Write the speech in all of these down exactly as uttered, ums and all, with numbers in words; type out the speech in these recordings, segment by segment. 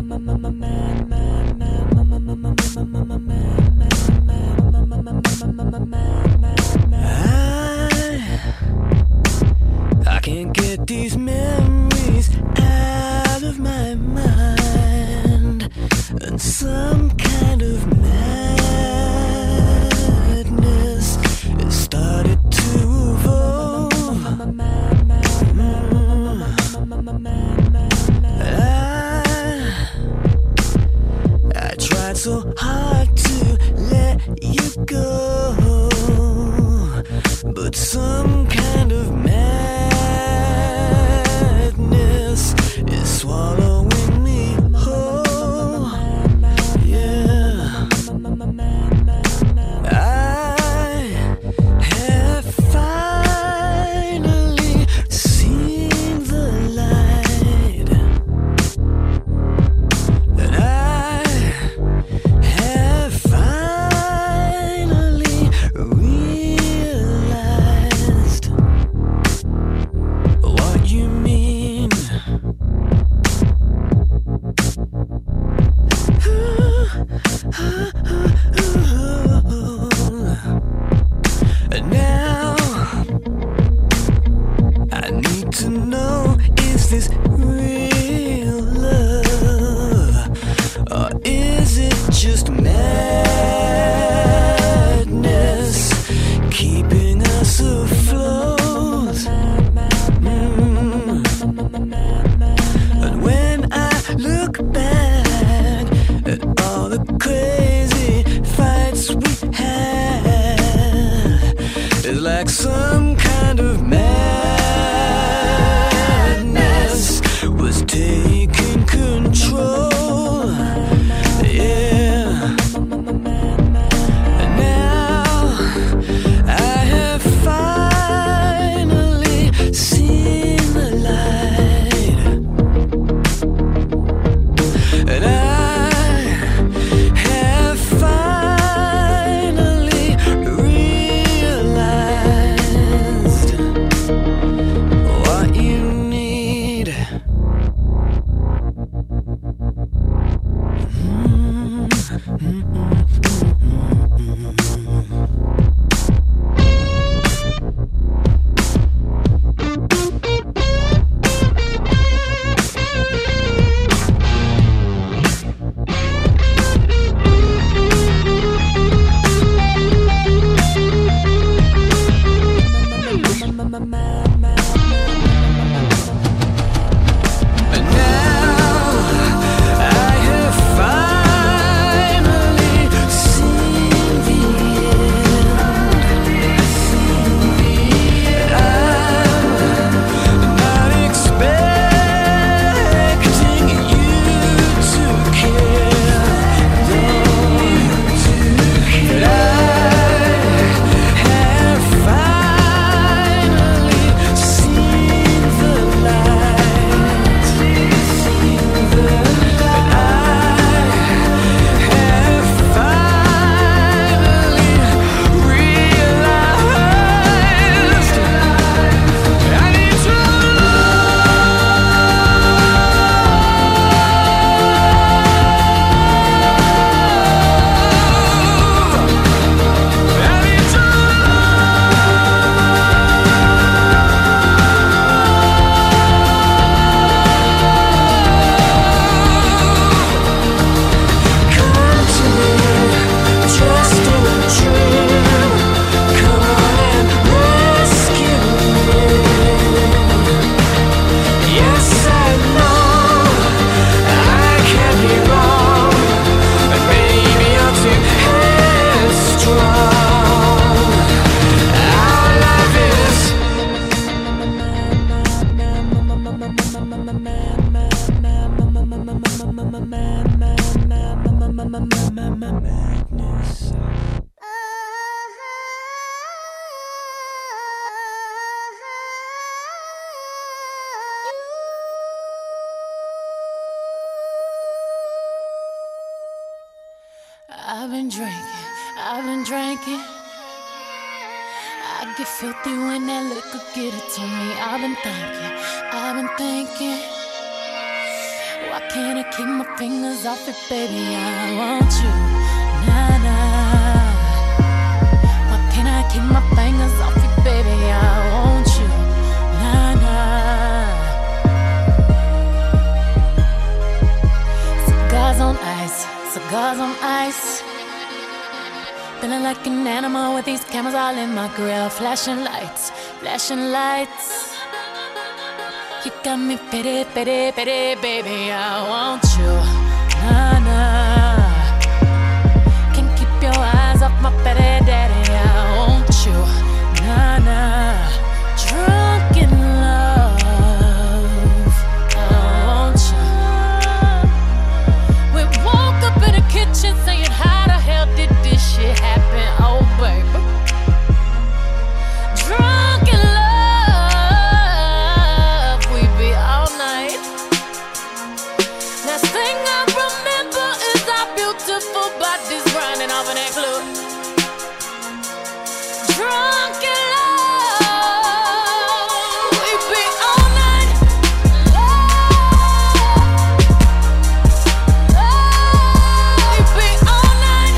I can't get these memories out of my mind, and some kind of madness has started to evolve. I, I tried so hard to let you go, but some kind of madness is swallowing me whole. Yeah, I have finally seen the light, and I have finally realized what you mean. And now I need to know, is this real love, or is it just madness keeping us afloat? Mm. And when I look back at all the crazy fights we had, it's like some kind of madness was taking control. Yeah. And now I have finally seen the light, and I have finally realized what you need. And now I have finally seen the end. I'm not expecting you to care, but I have finally seen the light, and I have finally realized I need to madness. I've been drinking, I've been drinking. I get filthy when that liquor get it to me. I've been thinking, I've been thinking. Why can't I keep my fingers off it, baby? I want you, nah, nah. Why can't I keep my fingers off it, baby? I want you, nah, nah. Cigars on ice, cigars on ice. Feeling like an animal with these cameras all in my grill. Flashing lights, flashing lights. You got me pity, pity, pity, baby. I want you, nah, nah. Can't keep your eyes off my pity, daddy. I want you, nah, nah. Drunk in love, I want you. We woke up in the kitchen saying, how the hell did this shit happen? Oh, baby. Drunk in love, we be all night. Last thing I remember is our beautiful bodies grinding off in that club. Drunk in love, we be all night. Love, we be all night.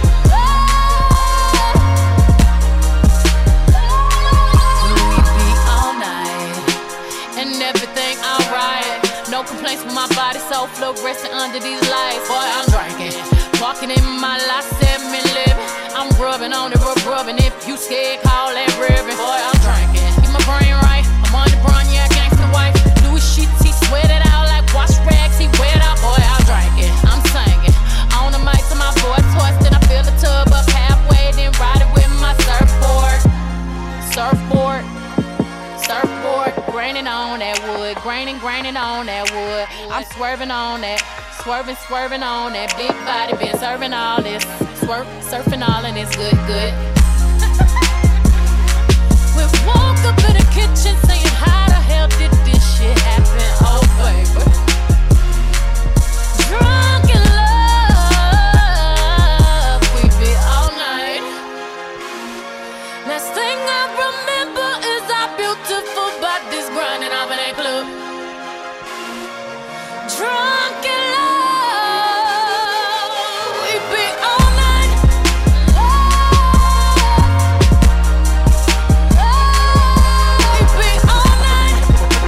Love, we be all night. And everything alright. No complaints with my body, so fluorescent under these lights. Boy, I'm drinking, walking in my life, seven living. I'm rubbing on it, rub rubbing. If you scared, call that ribbon. Boy, I'm drinking, keep my brain right. I'm on the brun, yeah, gangsta wife. Louis sheets, he sweat it out like wash rags. He wet out, boy, I'm drinking. I'm singing on the mic to my voice twisted. I fill the tub up halfway, then ride it with my surfboard, surfboard. Surfboard, graining on that wood, graining, graining on that wood. I'm swerving on that, swerving, swerving on that big body. Been serving all this, swerve, surfing all and it's good, good. We woke up in the kitchen saying, how the hell did this shit happen? Oh, baby. Drunk in love, we be all night. Last thing I remember is our beautiful bodies grinding off in that club. Drunk in love, we be all night. Love, we be all night.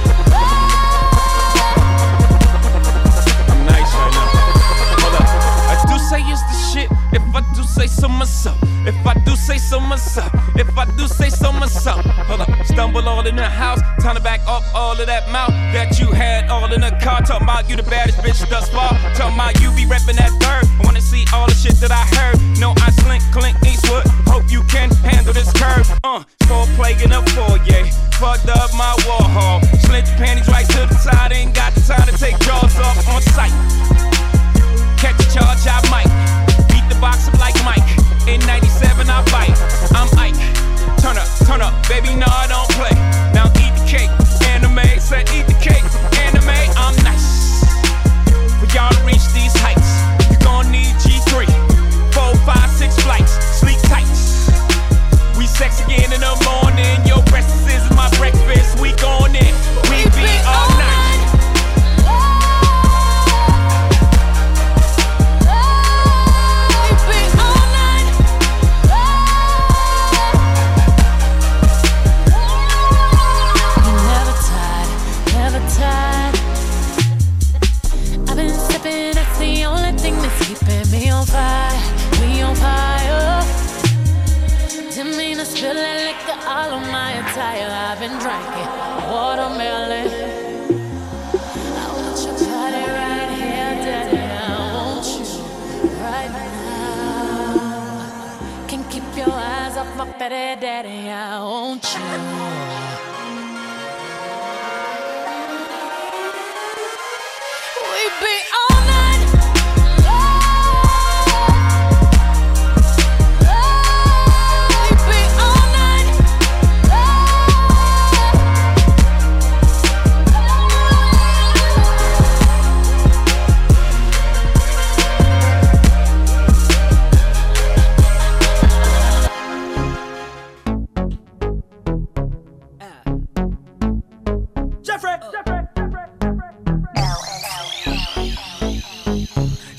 I'm nice right now. Hold up. I do say it's the shit. If I do say so myself. If I do say so myself. If I do say so myself. Hold up. Stumble all in the house. Time to back up all of that mouth that you had all in the car. Talking about you the baddest bitch thus far. Talking about you be reppin' that third. I wanna see all the shit that I heard. No, I slink, Clint Eastwood. Hope you can handle this curve. Uh, four plague in a foyer. Fucked up my Warhol. Slint your panties right to the side. Ain't got the time to take jaws off on sight. Catch a charge, I might. Beat the box up like Mike. In ninety-seven, I bite. I'm Ike. Turn up, turn up, baby, no, I don't play. Now eat the cake, anime. Said eat the cake, anime. I'm nice. For y'all to reach these heights, you gon' need G three. Four, five, six flights, sleep tight. We sex again in the morning. Your breakfast is my breakfast. We gon' in. We be all night. Spilling liquor all on my attire. I've been drinking watermelon. I want your body right here, daddy. I want you right now. Can't keep your eyes off my fatty, daddy. I want you. We be all night.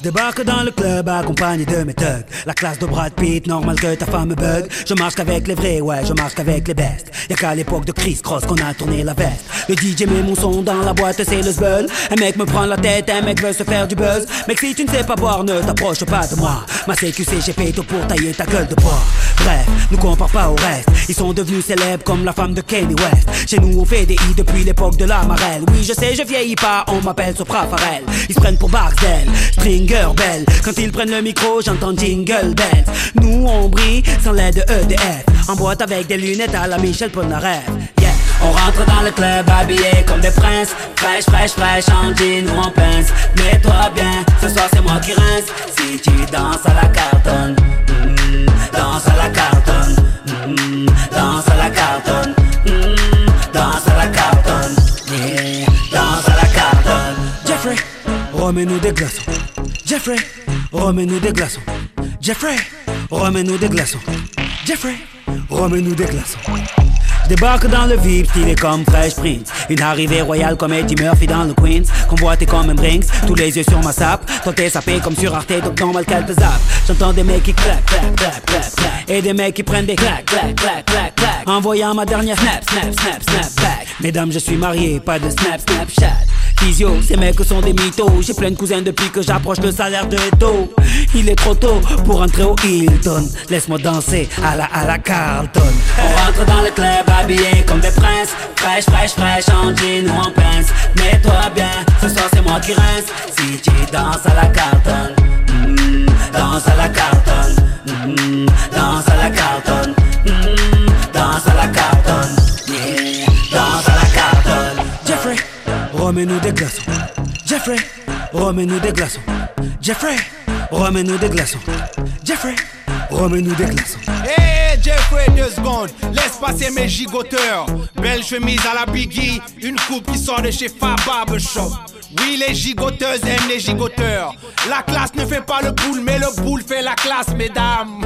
Débarque dans le club accompagné de mes thugs. La classe de Brad Pitt, normal que ta femme me bug. Je marche qu'avec les vrais, ouais, je marche qu'avec les bestes. Y'a qu'à l'époque de Chris Cross qu'on a tourné la veste. Le D J met mon son dans la boîte, c'est le zbeul. Un mec me prend la tête, un mec veut se faire du buzz. Mec, si tu ne sais pas boire, ne t'approche pas de moi. Ma C Q C, j'ai fait tout pour tailler ta gueule de bois. Bref, nous compare pas au reste. Ils sont devenus célèbres comme la femme de Kanye West. Chez nous on fait des i depuis l'époque de la marelle. Oui je sais je vieillis pas, on m'appelle Sopra Farel. Ils se prennent pour Barcel, Stringer Bell. Quand ils prennent le micro j'entends Jingle Bells. Nous on brille sans l'aide de E D F. En boîte avec des lunettes à la Michel Polnareff. Yeah. On rentre dans le club habillé comme des princes. Fraîche, fraîche, fraîche, en jean ou en pince. Mets-toi bien, ce soir c'est moi qui rince. Si tu danses à la cartonne, mm, danse à la cartonne, mm, danse à la cartonne, mm, danse à la cartonne, yeah, danse à la cartonne. Jeffrey, remets-nous des glaçons. Jeffrey, remets-nous des glaçons. Jeffrey, remets-nous des glaçons. Jeffrey, remets-nous des glaçons. Débarque dans le V I P, stylé comme Fresh Prince. Une arrivée royale comme Eddie Murphy dans le Queens. Convoité comme un Brinks, tous les yeux sur ma sape. Toi t'es sapé comme sur Arte, donc normal qu'elle te zappe. J'entends des mecs qui claquent, claquent, claquent, claquent, claquent. Et des mecs qui prennent des claques, claques, claques, claques, claques. Envoyant ma dernière snap, snap, snap, snap back. Mesdames, je suis marié, pas de snap, snapchat. Physio, ces mecs sont des mythos. J'ai plein de cousins depuis que j'approche le salaire de Eto. Il est trop tôt pour entrer au Hilton. Laisse-moi danser à la à la Carlton. On rentre dans le club habillé comme des princes. Fraîche, fraîche, fraîche, en jean ou en pince. Mets-toi bien, ce soir c'est moi qui rince. Si tu danses à la Carlton, mm, danse à la Carlton, mm, danse à la Carlton, mm, danse à la Carlton, yeah, danse à la Carlton. Jeffrey, remets-nous des glaçons. Jeffrey, remets-nous des glaçons. Jeffrey, remets-nous des glaçons. Jeffrey, remets-nous des glaçons. Hey Jeffrey, deux secondes, laisse passer mes gigoteurs. Belle chemise à la Biggie, une coupe qui sort de chez Fab Barbershop. Oui, les gigoteuses aiment les gigoteurs. La classe ne fait pas le boule, mais le boule fait la classe, mesdames.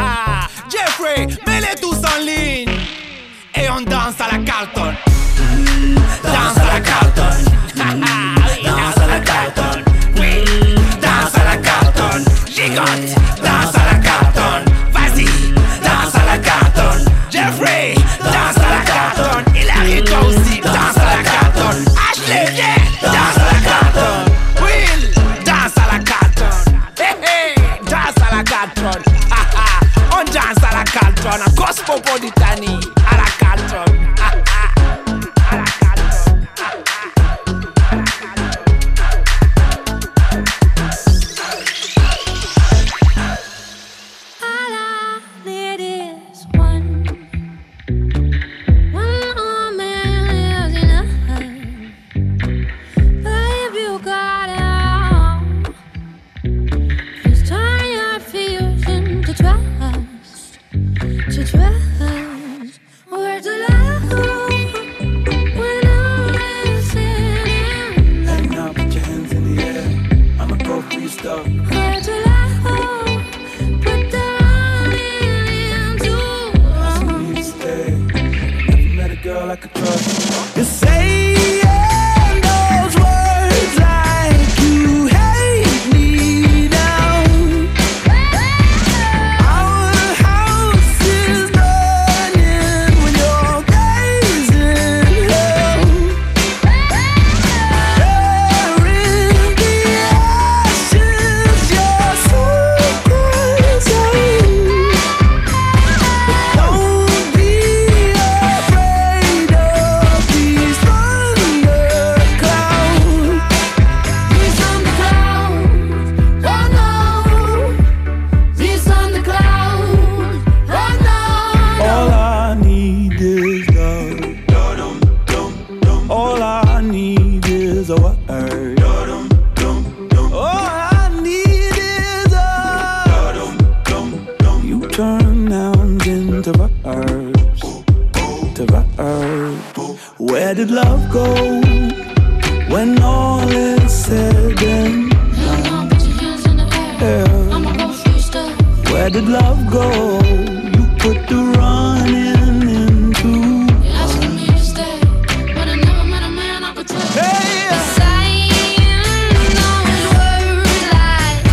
Jeffrey, mets-les tous en ligne. Et on danse à la Carlton. Danse à la Carlton. Danse à la Carlton. Oui, danse à la Carlton. Gigote, danse à la Carlton. Vas-y, danse à la Carlton. Jeffrey, danse à la Carlton. Hilary, toi aussi, danse à la Carlton. Ashley, viens, danse à la Carlton. Will, danse à la Carlton. Hey, hey, danse à la Carlton. On danse à la Carlton, à Cosmopolitanie, à la Carlton. À la Carlton. Where did love go when all is said and done? Yeah. Where did love go? You put the running into. You're asking me to stay, but I never met a man I could trust. Hey, yeah. Saying those words like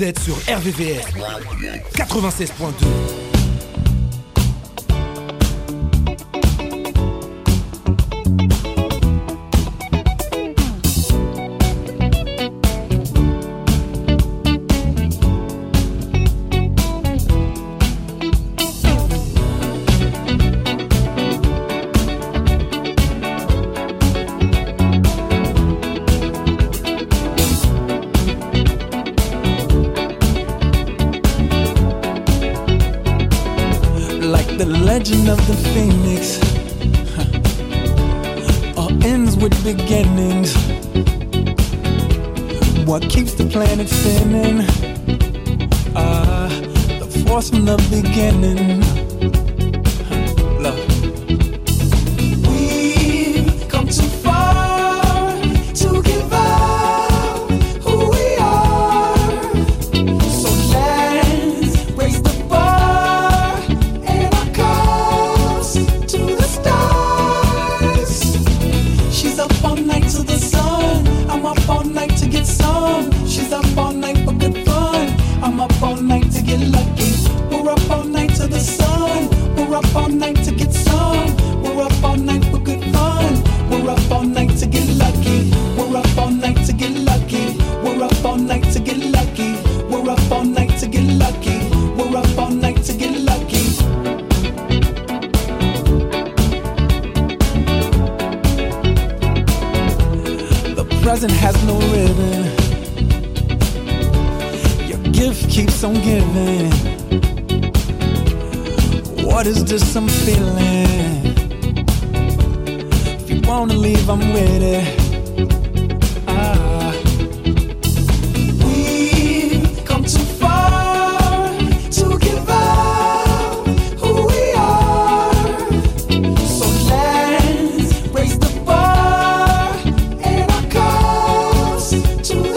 êtes sur R V V S quatre-vingt-seize point deux. The legend of the phoenix huh. All ends with beginnings. What keeps the planet spinning? Ah, uh, the force from the beginning. Huh. Love. We've come too far to give up who we are. So let's raise the bar and our cups to the stars. She's up all night to the sun. I'm up all night to get some. She's up all night for good fun. I'm up all night to get lucky. We're up all night to the sun. We're up all night to get some. We're up all night for good fun. We're up all night to get lucky. We're up all night to get lucky. We're up all night to get lucky. We're up all night to get lucky. We're up all night to get lucky. The present has no ribbon. Your gift keeps on giving. What is this I'm feeling? If you wanna leave, I'm with it. Ah. We've come too far to give up who we are. So let's raise the bar and our cups to the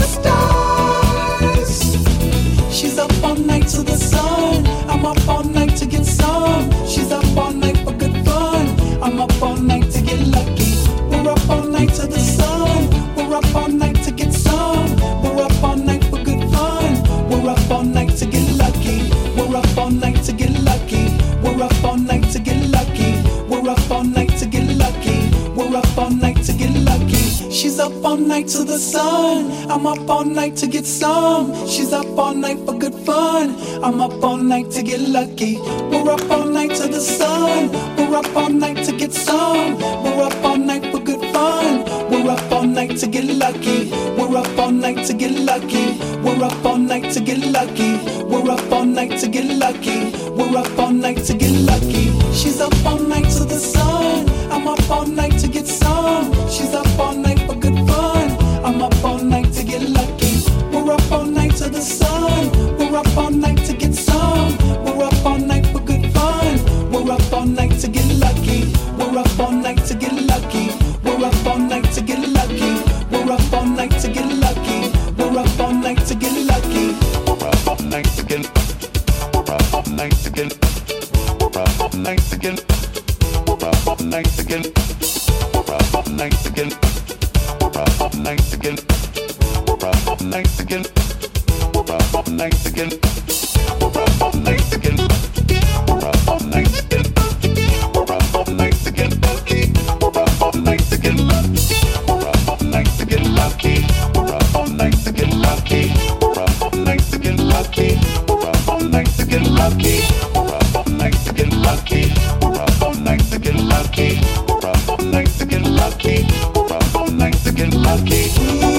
stars. She's up all night to the sun. I'm up all night to get some. She's up all night for good fun. I'm up all night to get lucky. We're up all night to the sun. We're up all night to get some. We're up all night for good fun. We're up all night to get lucky. We're up all night to get lucky. We're up all night to get lucky. We're up all night to get lucky. We're up all night to get lucky. She's up all night to the sun. I'm up all night to get some. She's up all night for good fun. I'm up all night to get lucky. We're up all night to the sun. We're up all night to get some. We're up all night for good fun. We're up all night to get lucky. We're up all night to get lucky. We're up all night to get lucky. We're up all night to get lucky. We're up all night to get lucky. She's up all night to the sun. I'm up all night to get some. She's up all night for good fun. I'm up all night to get lucky. We're up all night to the sun. We're up all night to get some. We're up all night for good fun. We're up all night to get lucky. We're up all night to get lucky. We're up all night to get lucky. We're up all night to get lucky. We're up all night to get lucky. We're up all night to get. We're up all night to get. We're up all night to get. We're up all night to get. We're up all night to get. We're up all night to get. We're up all night to get. We're up all night to get. We're up all night to get. We're up all night to get. We're up all night to get lucky. We're up all night to get lucky. We're up all night to get lucky. We're up all night to get lucky. We're up all night to get lucky. We're up all night to get lucky. We're up all night to get lucky. We're up all night to get lucky. We're up all night to get lucky. We're up all night to get lucky.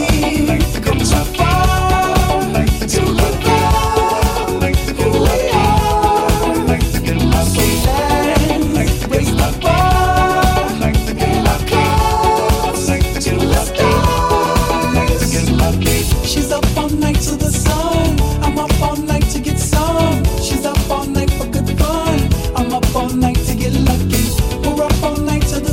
We've come too far to give up who we are. So let's raise the bar and our cups to the stars. She's up all night to the sun. I'm up all night to get some. She's up all night for good fun. I'm up all night to get lucky. We're up all night to the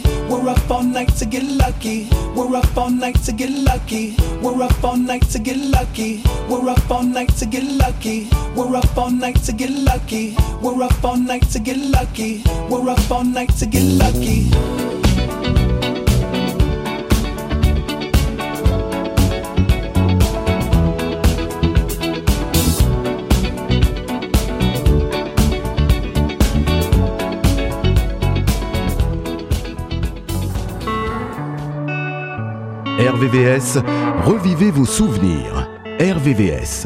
We're up all night to get lucky. We're up all night to get lucky. We're up all night to get lucky. We're up all night to get lucky. We're up all night to get lucky. We're up all night to get lucky. We're up all night to get lucky. R V V S, revivez vos souvenirs. R V V S.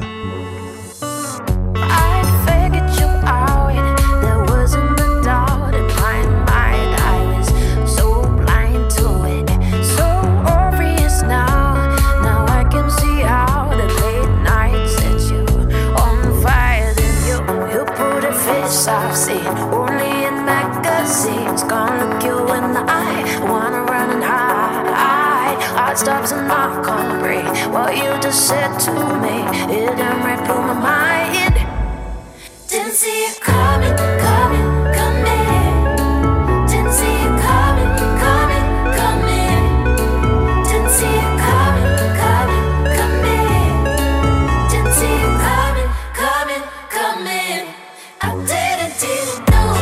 I've seen only in magazines. Gonna look you in the eye. Wanna run and hide. Heart stops and I can't breathe. What you just said to me, it done right through my mind. Didn't see it coming, coming, coming. Didn't see it coming, coming, coming. Didn't see it coming, coming, coming. Didn't see it coming, coming, coming. I didn't, didn't know.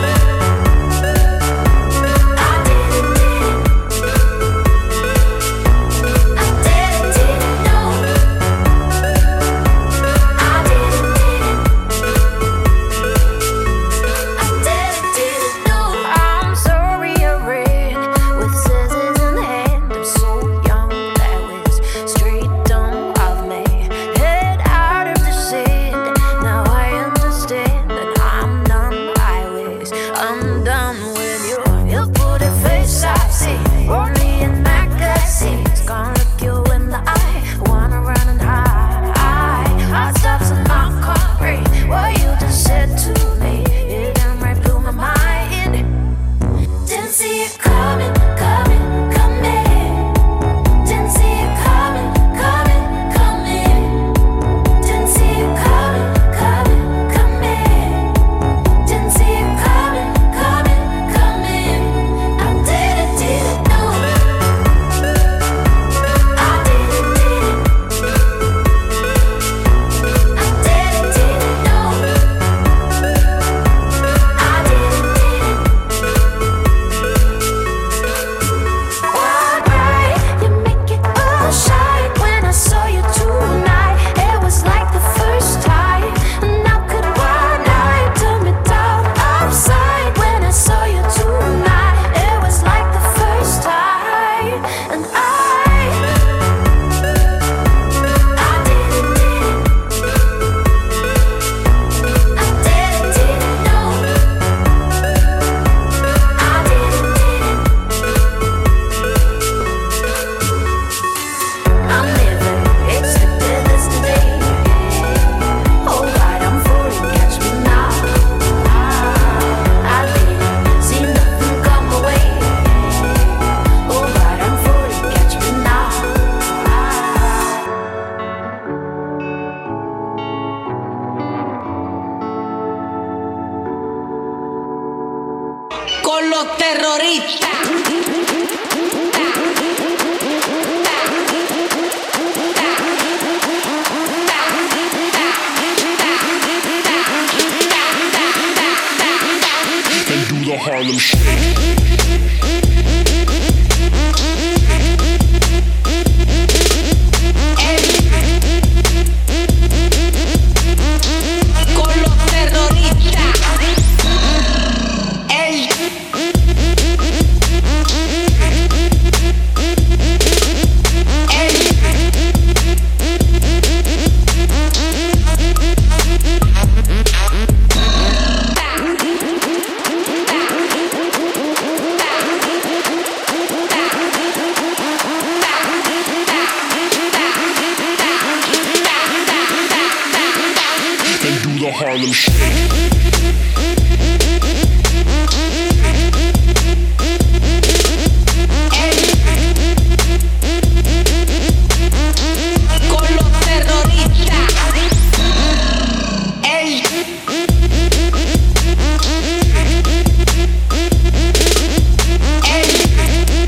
I didn't, didn't. I didn't, didn't know. I didn't, didn't. I didn't, didn't know. I'm so rearranged with scissors in hand. I'm so young, that was straight dumb of me. Head out of the sand. Now I understand that I'm numb. I was undone with you. You put a face I've seen only in magazines. Gonna look you in the eye. Wanna run and hide. Heart stops and I can't breathe. What you just said to me, it done right through my mind. Didn't see it coming, coming, coming. Didn't see it coming, coming, coming. Didn't see it coming, coming, coming. Didn't see it coming, coming, coming. I didn't, didn't know. I didn't, didn't. I didn't, didn't know. I didn't, didn't. One right, you make it all shine. When I saw you tonight, it was like the first time. And how could one night turn me down upside? When I saw you tonight, it was like the first time. And I, I didn't, didn't. I didn't, didn't know. I didn't, didn't. I'm living, expecting this today. Oh God, I'm falling, catch me now. I didn't see nothing come away. Oh God, I'm falling, catch me now. Con los terroristas. And do the Harlem Shake. Con los terroristas. El And do the Harlem Shake. con los terroristas. El El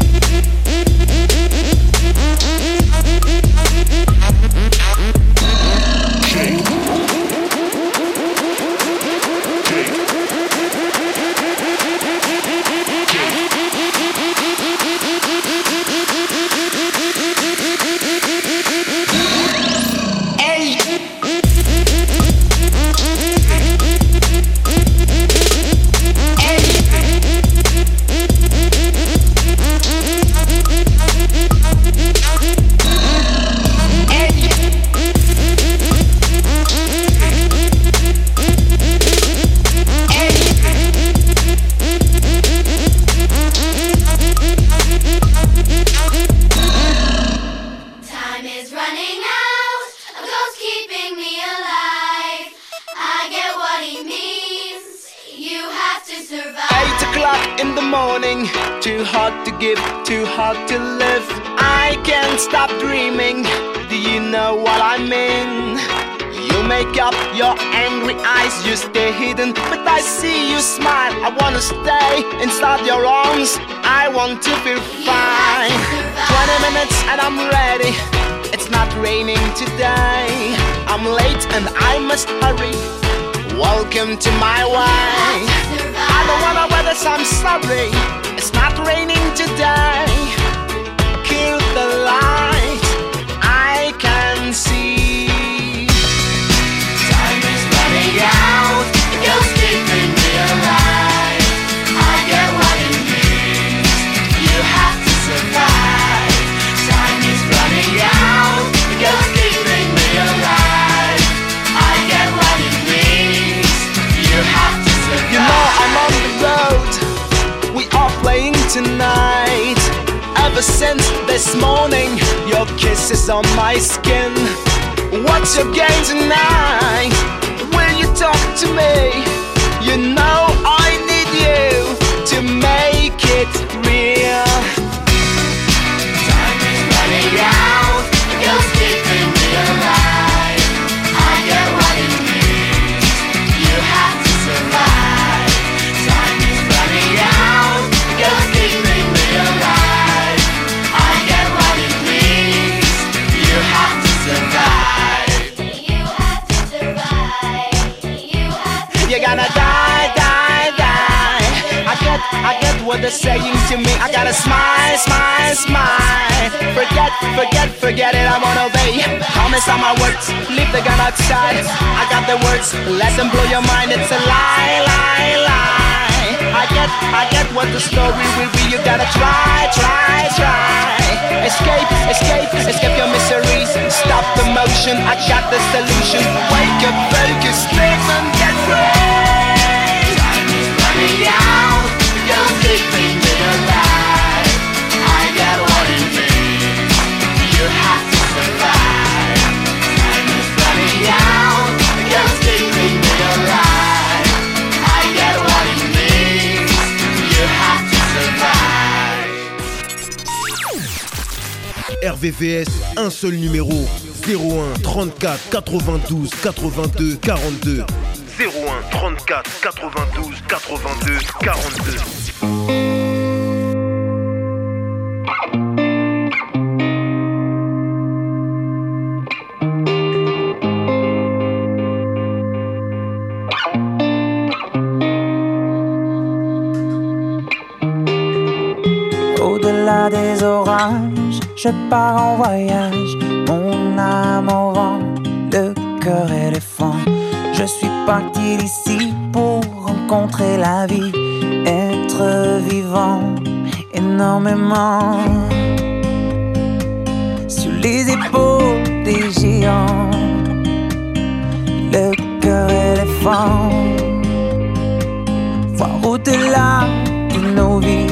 too hard to give, too hard to live. I can't stop dreaming. Do you know what I mean? You make up your angry eyes, you stay hidden, but I see you smile. I wanna stay inside your arms, I want to feel fine. Twenty minutes and I'm ready. It's not raining today. I'm late and I must hurry. Welcome to my way. I don't wanna wear this, I'm sorry. It's not raining today. Kill the light, I can see. Time is running out, you're keeping me alive. I get what it means, you have to survive. Time is running out, you're keeping me alive. I get what it means, you have to survive. You know I'm on the road, we are playing tonight. Ever since this morning, your kiss is on my skin. What's your game tonight? Will you talk to me? You know I need you to make it real. Time is running out, you're keeping me alive. I get what it means, you have to survive. Time is running out, you're keeping me alive. I get what it means, you have to survive. You have to survive. You have to You're gonna die, die, die. I get, I get what they're saying to me. I gotta smile, smile, smile. Forget, forget, forget it, I won't obey. Promise on my words, leave the gun outside. I got the words, let them blow your mind. It's a lie, lie, lie. I get, I get what the story will be. You gotta try, try, try. Escape, escape, escape your miseries. Stop the motion, I got the solution. Wake up, focus, live and get free. Time is running out, you're keeping me alive. I get what it means, you have to survive. Time is running out, you're keeping me alive. I get what it means, you have to survive. R V V S, un seul numéro, zéro un trente-quatre quatre-vingt-douze quatre-vingt-deux quarante-deux. zéro un trente-quatre quatre-vingt-douze quatre-vingt-deux quarante-deux. Au-delà des orages, je pars en voyage, mon âme au vent, le cœur éléphant. Je suis parti d'ici pour rencontrer la vie, être vivant énormément. Sur les épaules des géants, le cœur éléphant. Voir au-delà de nos vies.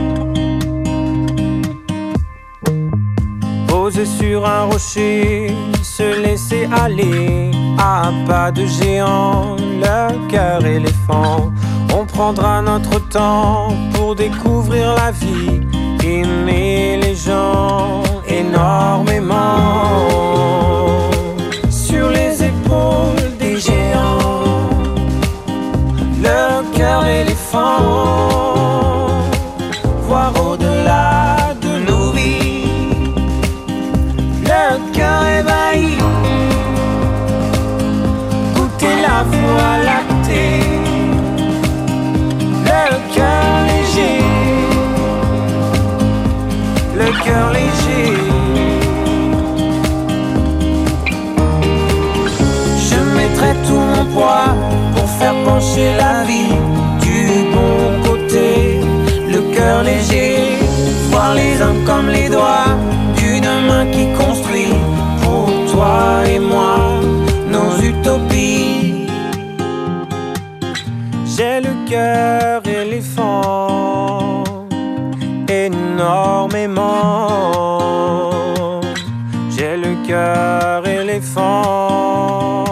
Poser sur un rocher, se laisser aller à pas de géant, le cœur éléphant. On prendra notre temps pour découvrir la vie, aimer les gens énormément. Sur les épaules des géants, le cœur éléphant. Voir au-delà de nos vies, le cœur ébahi. Goûter la voie lactée, le cœur léger, le cœur léger. Je mettrai tout mon poids pour faire pencher la vie du bon côté, le cœur léger. Voir les hommes comme les doigts d'une main qui construit pour toi et moi nos utopies. J'ai le cœur éléphant énormément. J'ai le cœur éléphant.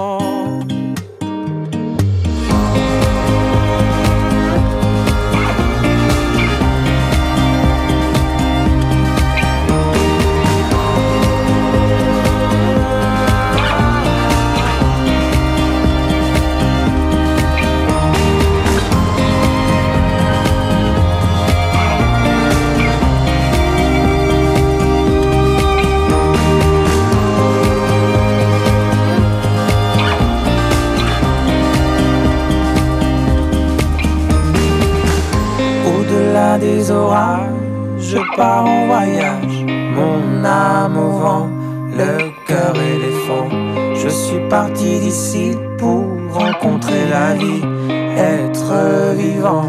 voyage, mon âme au vent, le cœur éléphant. Je suis parti d'ici pour rencontrer la vie, être vivant.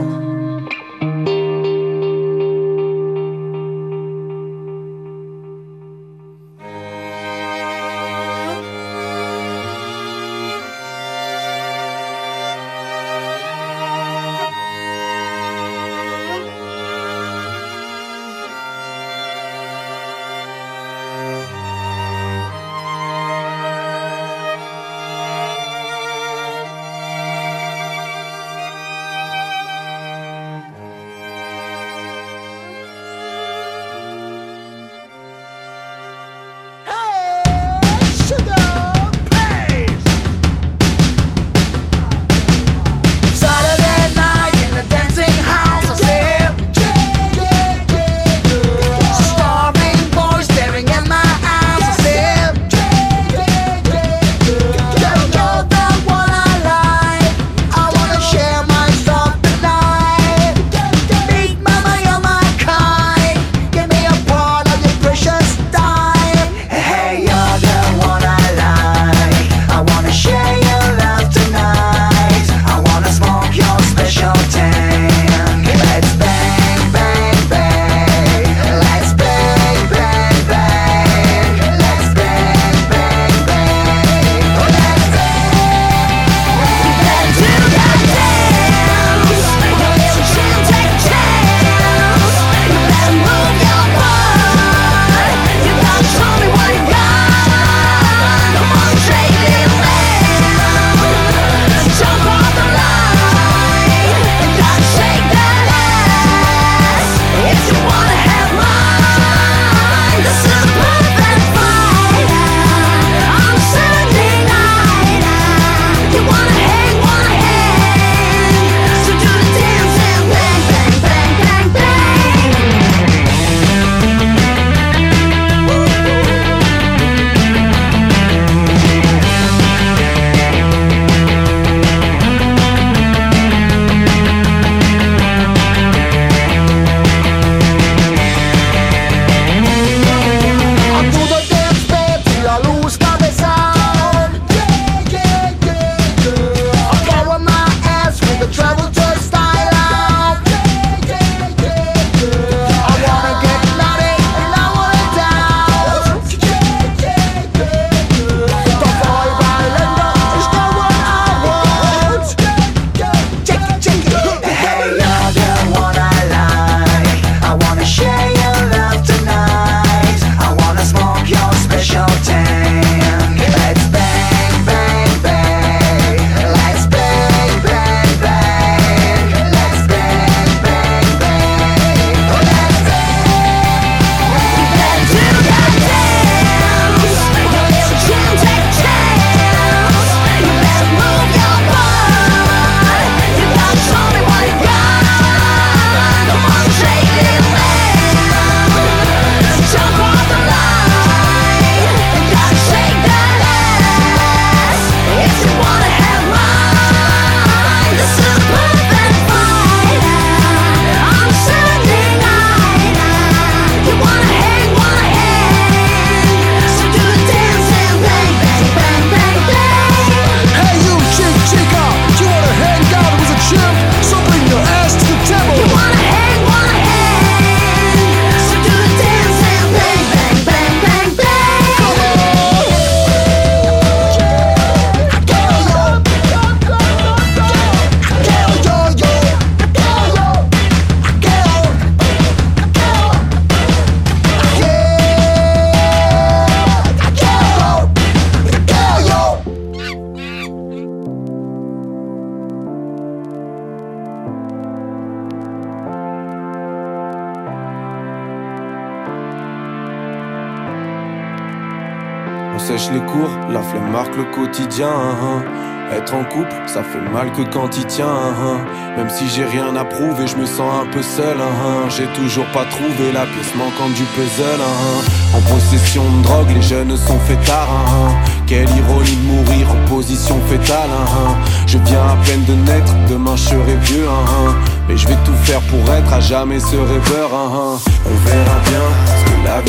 sèche les cours, la flemme marque le quotidien. Hein. Être en couple, ça fait mal que quand il tient. Hein. Même si j'ai rien à prouver, je me sens un peu seul. Hein. J'ai toujours pas trouvé la pièce manquante du puzzle. Hein. En possession de drogue, les jeunes sont fêtards. Hein. Quelle ironie de mourir en position fétale. Hein. Je viens à peine de naître, demain je serai vieux. Hein. Mais je vais tout faire pour être à jamais ce rêveur. Hein. On verra bien ce que la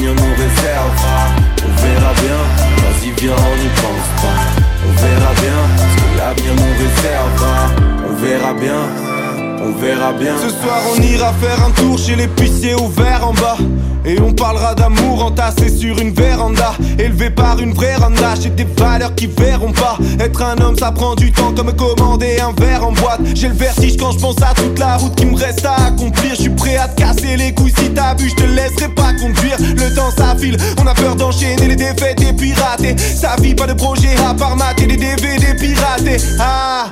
on verra bien. Ce soir on ira faire un tour chez l'épicier ouvert en bas. Et on parlera d'amour entassé sur une véranda, élevé par une vraie randa. J'ai des valeurs qui verront pas. Être un homme ça prend du temps comme commander un verre en boîte. J'ai le vertige quand je pense à toute la route qui me reste à accomplir. Je suis prêt à te casser les couilles si t'as bu, je te laisserai pas conduire. Le temps ça file, on a peur d'enchaîner les défaites et pirater. Sa vie pas de projet à part mater des D V D piratés. Ah,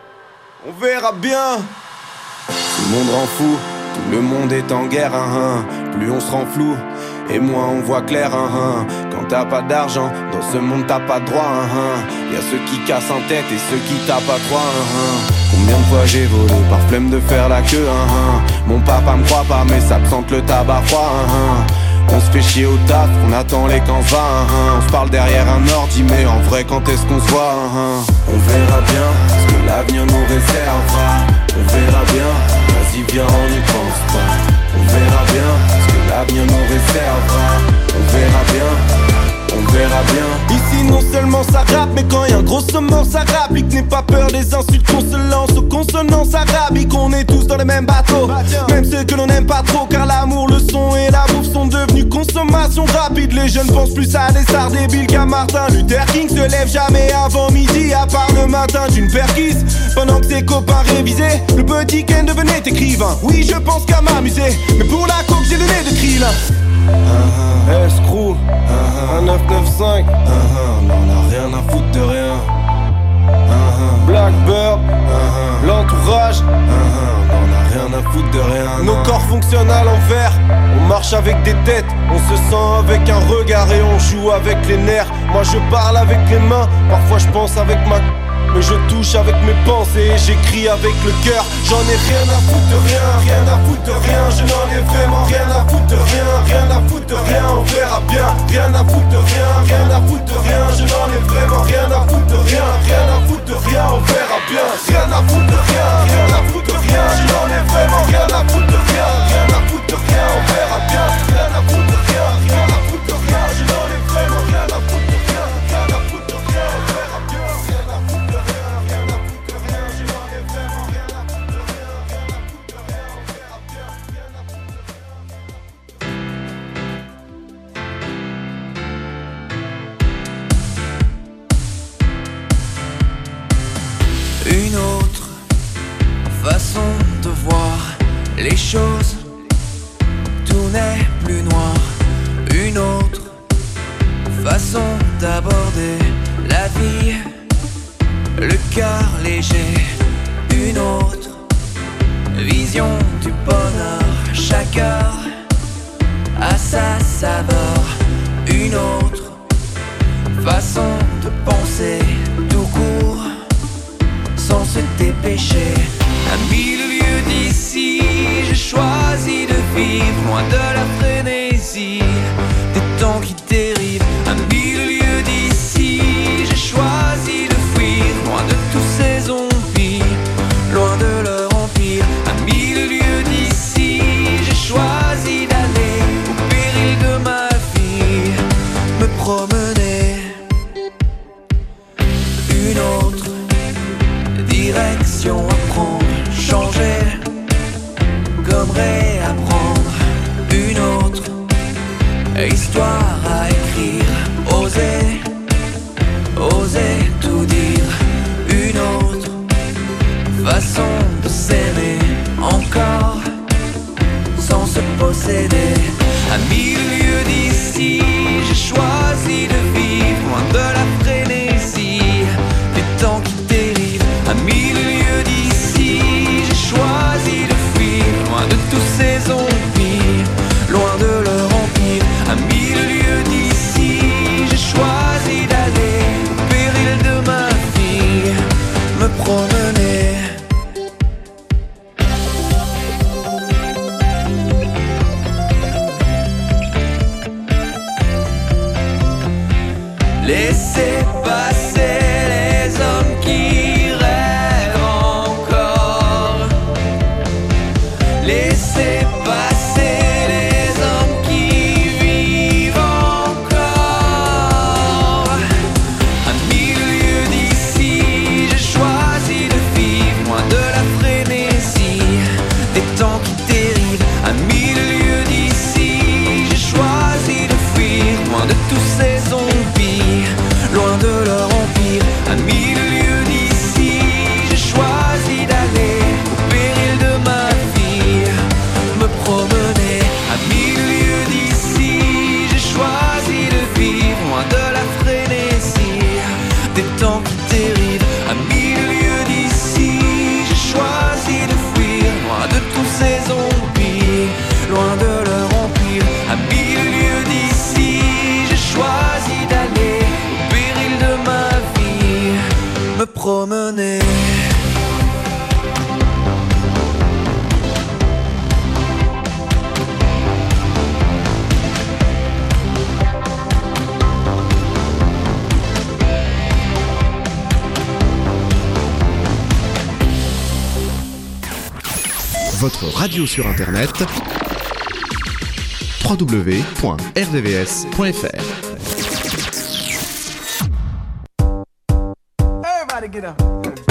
on verra bien. Tout le monde rend fou, tout le monde est en guerre, hein, hein. Plus on se rend flou, et moins on voit clair, hein, hein. Quand t'as pas d'argent, dans ce monde t'as pas de droit, hein, hein. Y'a ceux qui cassent en tête et ceux qui tapent à trois, hein, hein. Combien de fois j'ai volé par flemme de faire la queue, hein, hein. Mon papa me croit pas mais ça me sente le tabac froid, hein, hein. On se fait chier au taf, on attend les camps va, hein, hein. On se parle derrière un ordi mais en vrai quand est-ce qu'on se voit, hein, hein. On verra bien ce que l'avenir nous réservera. On verra bien, vas-y viens on n'y pense pas. On verra bien ce que l'avenir nous réservera. On verra bien, on verra bien. Ici non seulement ça rappe, mais quand y'a un gros saumon ça rapplique. N'aie pas peur des insultes qu'on se lance aux consonances arabiques. On est tous dans le même bateau, même ceux que l'on n'aime pas trop. Car l'amour, le son et la bouffe sont devenus consommation rapide. Les jeunes pensent plus à des stars débiles qu'à Martin Luther King. Se lève jamais avant midi, à part le matin d'une perquise. Pendant que ses copains révisaient, le petit Ken devenait écrivain. Oui je pense qu'à m'amuser, mais pour la coke j'ai le nez de Krillin. Uh-huh. Escrew, uh-huh. un neuf neuf cinq, uh-huh. on a rien à foutre de rien. Uh-huh. Blackbird, uh-huh. l'entourage, uh-huh. on a rien à foutre de rien. Nos corps fonctionnent à l'envers, on marche avec des têtes, on se sent avec un regard et on joue avec les nerfs. Moi je parle avec les mains, parfois je pense avec ma... mais je touche avec mes pensées et j'écris avec le cœur. J'en ai rien à foutre de rien, rien à foutre de rien. Je n'en ai vraiment rien à foutre de rien, rien à foutre de rien. On verra bien, rien à foutre de rien, rien à foutre de rien. Je n'en ai vraiment rien à foutre de rien, rien à foutre de rien. On verra bien, rien à foutre de rien, rien à foutre de rien. Je n'en ai vraiment rien à foutre de rien, rien à foutre de rien. On verra bien, rien à foutre de rien, rien à foutre de rien. Je n'en ai vraiment rien à foutre de rien, rien à foutre de rien. On verra bien, rien à foutre de rien. Une autre façon de voir les choses, tout n'est plus noir. Une autre façon d'aborder la vie, le cœur léger. Une autre vision du bonheur, chaque heure a sa saveur. Une autre façon de penser tout court, sans se dépêcher. À mille lieues d'ici, j'ai choisi de vivre loin de la frénésie des temps qui dérivent. À mille lieues d'ici, j'ai choisi de fuir loin de tous ces zombies, loin de leur empire. À mille lieues d'ici, j'ai choisi d'aller au péril de ma vie, me promener. Une autre direction à prendre, changer comme réapprendre. Une autre histoire à écrire, oser, oser tout dire. Une autre façon de s'aimer encore, sans se posséder. À mille lieues d'ici, j'ai choisi de vivre loin de la frénésie des temps qui dérivent. À mille lieues d'ici, j'ai choisi de fuir loin de tous ces zombies, loin de leur empire. À mille lieues d'ici, j'ai choisi d'aller au péril de ma vie, me promener. Laissez passer les hommes qui rêvent encore. Laissez passer les hommes qui vivent encore. À mille lieues d'ici, j'ai choisi de vivre loin de la frénésie votre radio sur internet w w w point r v v s point f r. Everybody get up.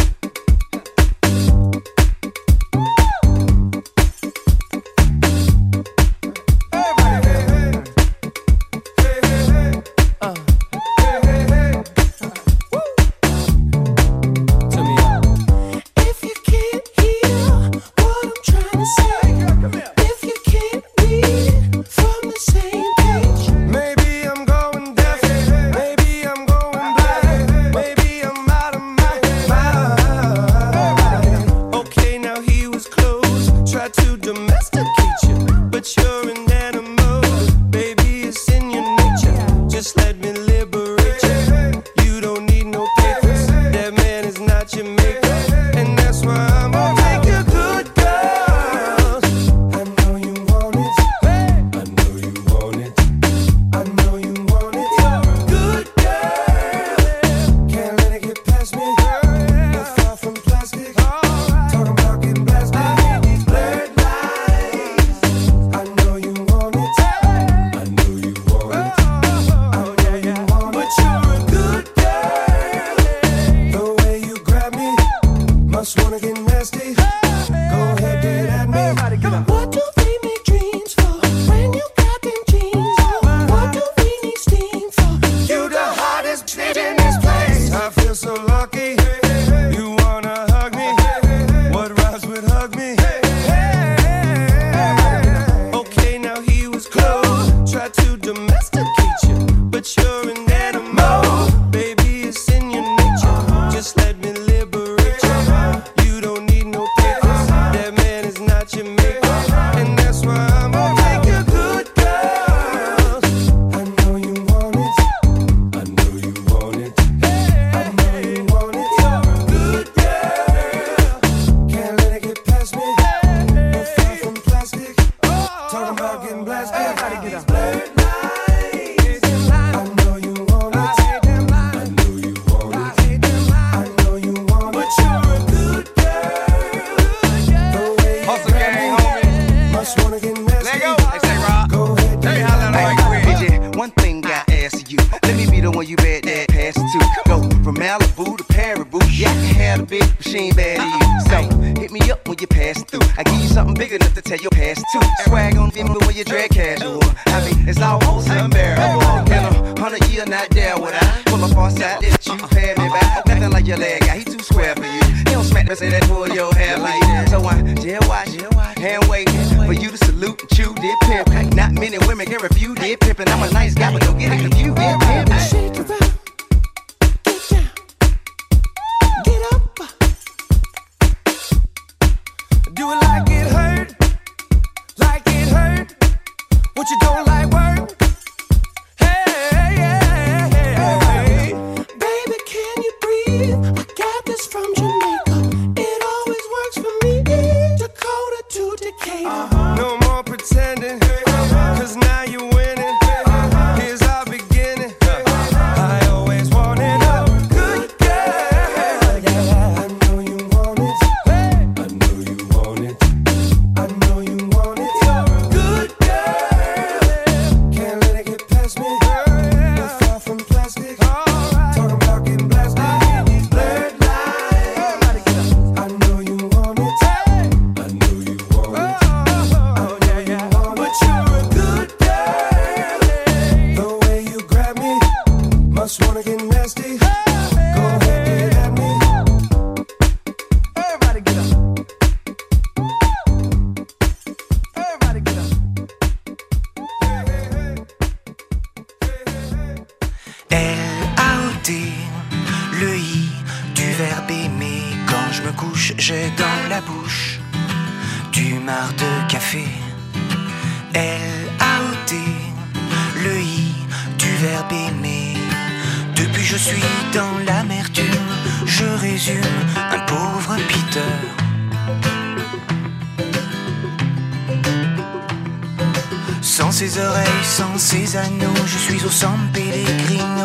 Sans ses oreilles, sans ses anneaux, je suis au San Pellegrino,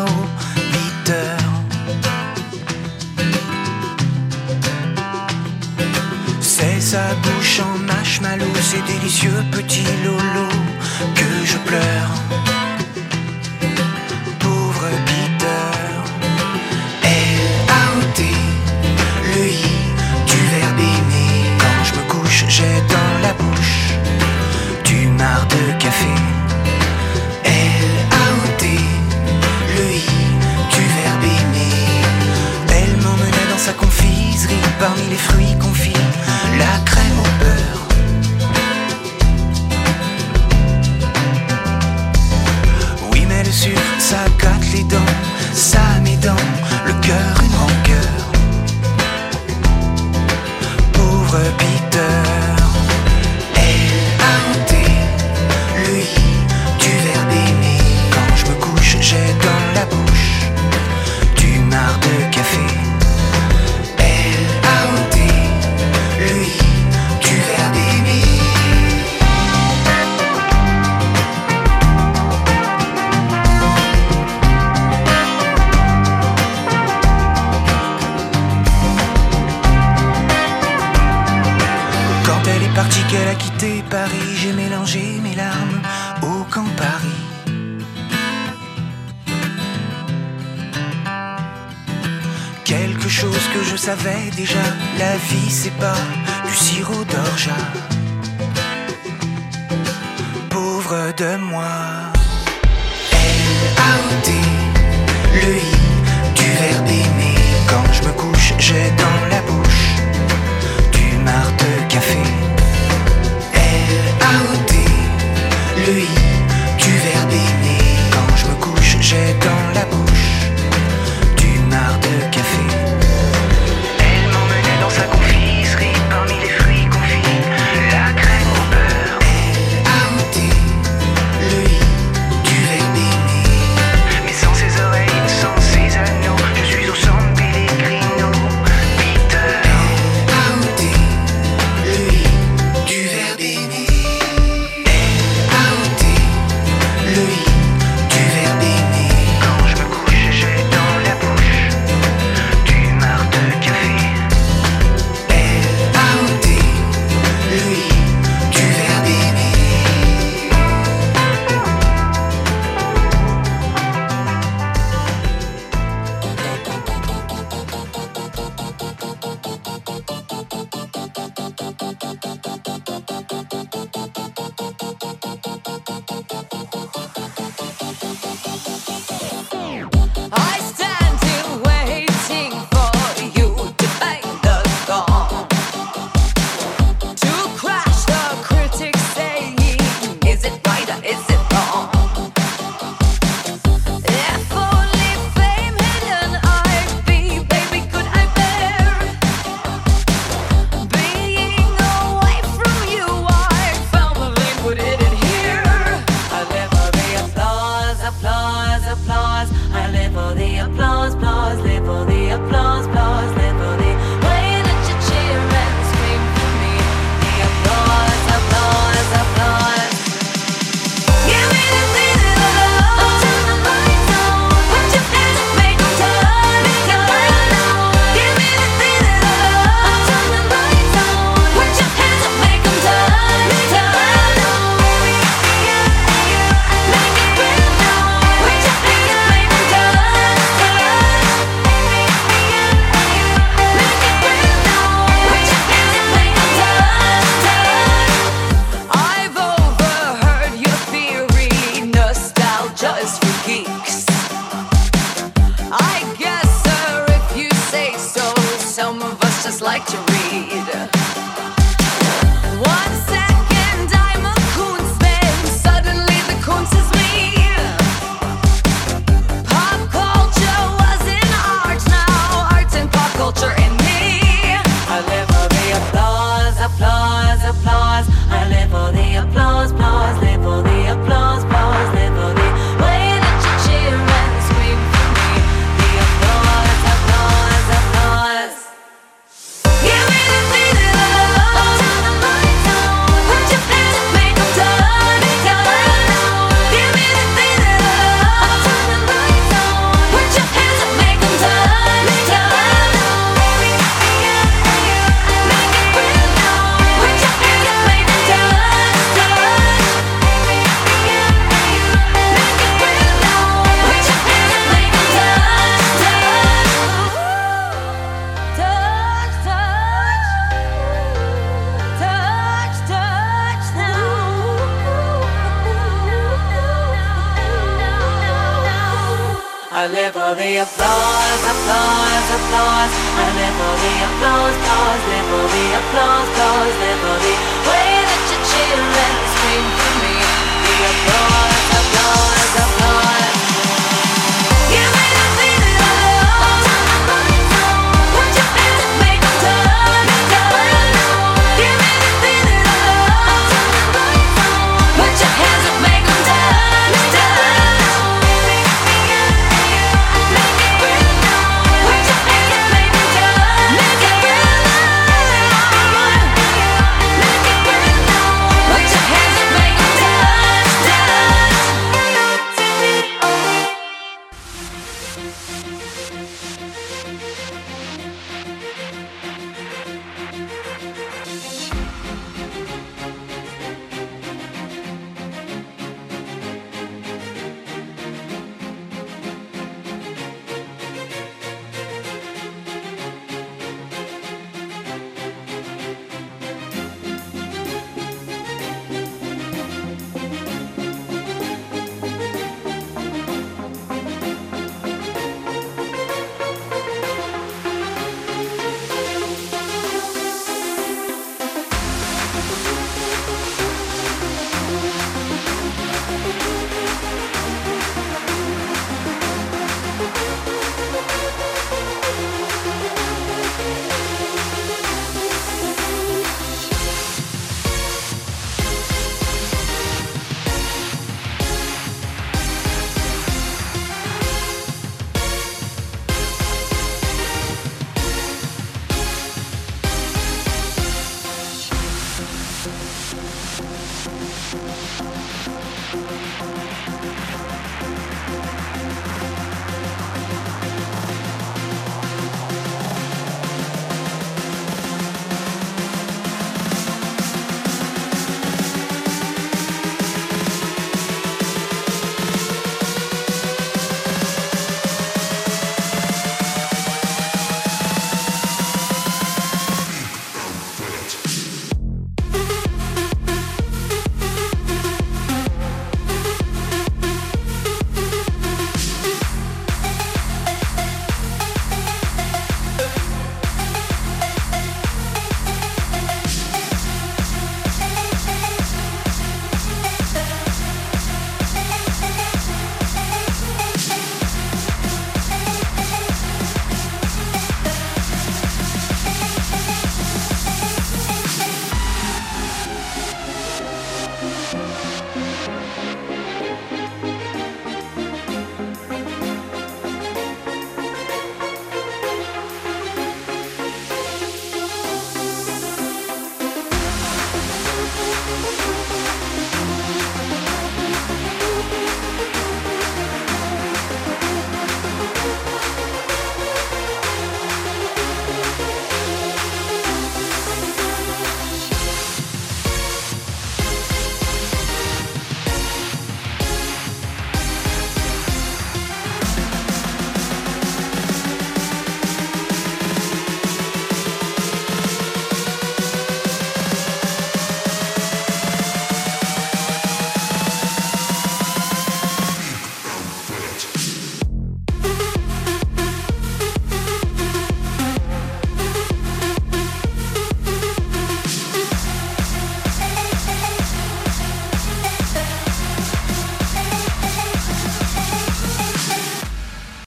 Peter. seize sa bouche en marshmallow, ces délicieux petits lolos que je pleure. Pauvre Peter, elle a ôté le i du verbe aimer. Quand je me couche, j'ai dans la bouche du marc de café. Elle a ôté le i du verbe aimer. Elle m'emmenait dans sa confiserie, parmi les fruits confits, la crème au beurre. Oui, mais le sucre, ça gâte les dents, ça met dans le cœur une rancœur. Pauvre Peter, elle a ôté le i du verbe aimer. Quand je me couche, j'ai dans la bouche du marc de café. Elle a ôté le i du verbe aimer. Quand elle est partie, qu'elle a quitté Paris, j'ai mélangé mes larmes au camp Paris. Quelque chose que je savais déjà, la vie c'est pas du sirop d'orgeat. Pauvre de moi, elle a ôté le i du verbe aimer. Quand je me couche, j'ai dans la bouche du marc de café. Elle a ôté le i du verbe aimer. Quand je me couche, j'ai dans la bouche du marc de café. Elle m'emmenait dans sa confiserie, parmi les fruits confits, la crème au beurre. Elle a ôté le i du verbe aimer. Mais sans ses oreilles, sans ses anneaux, je suis au San Pellegrino. Peter, elle a ôté le i du verbe aimer. Elle a ôté le i du verbe aimer. Quand je me couche, j'ai dans la bouche du marc de café. Elle a ôté le i du verbe aimer. I stand here waiting for you to bang the gong, to crash the critics saying, is it right or is it wrong? If only fame hidden I'd be, baby, could I bear being away from you? I firmly put it in here. I live for the applause, applause, applause. I live for the applause, applause, live for the applause, applause, live for the way that you cheer and scream for me. The applause, applause, applause. Give me the feeling of love. I'll turn the lights on. Put your hands up, make 'em turn, turn. Give me the feeling of love. I'll turn the lights on. Put your hands up, make 'em turn, turn. Make it real now. Put your hands up, make 'em turn, turn. Make it real now. Put your hands up, make 'em turn, turn. I've overheard your theory, nostalgia is for geeks. I guess, sir, if you say so, some of us just like to read. One second I'm a Koonsman, suddenly the Koons is me. Pop culture was in art, now art's in pop culture in me. I live for the applause, applause, applause. I live for the applause, applause, live for the applause, applause, live for the way that you cheer I live for the applause, applause, applause. I live for the applause, applause, live for the applause, applause, live for the way that you cheer and scream for me. The applause, applause, applause.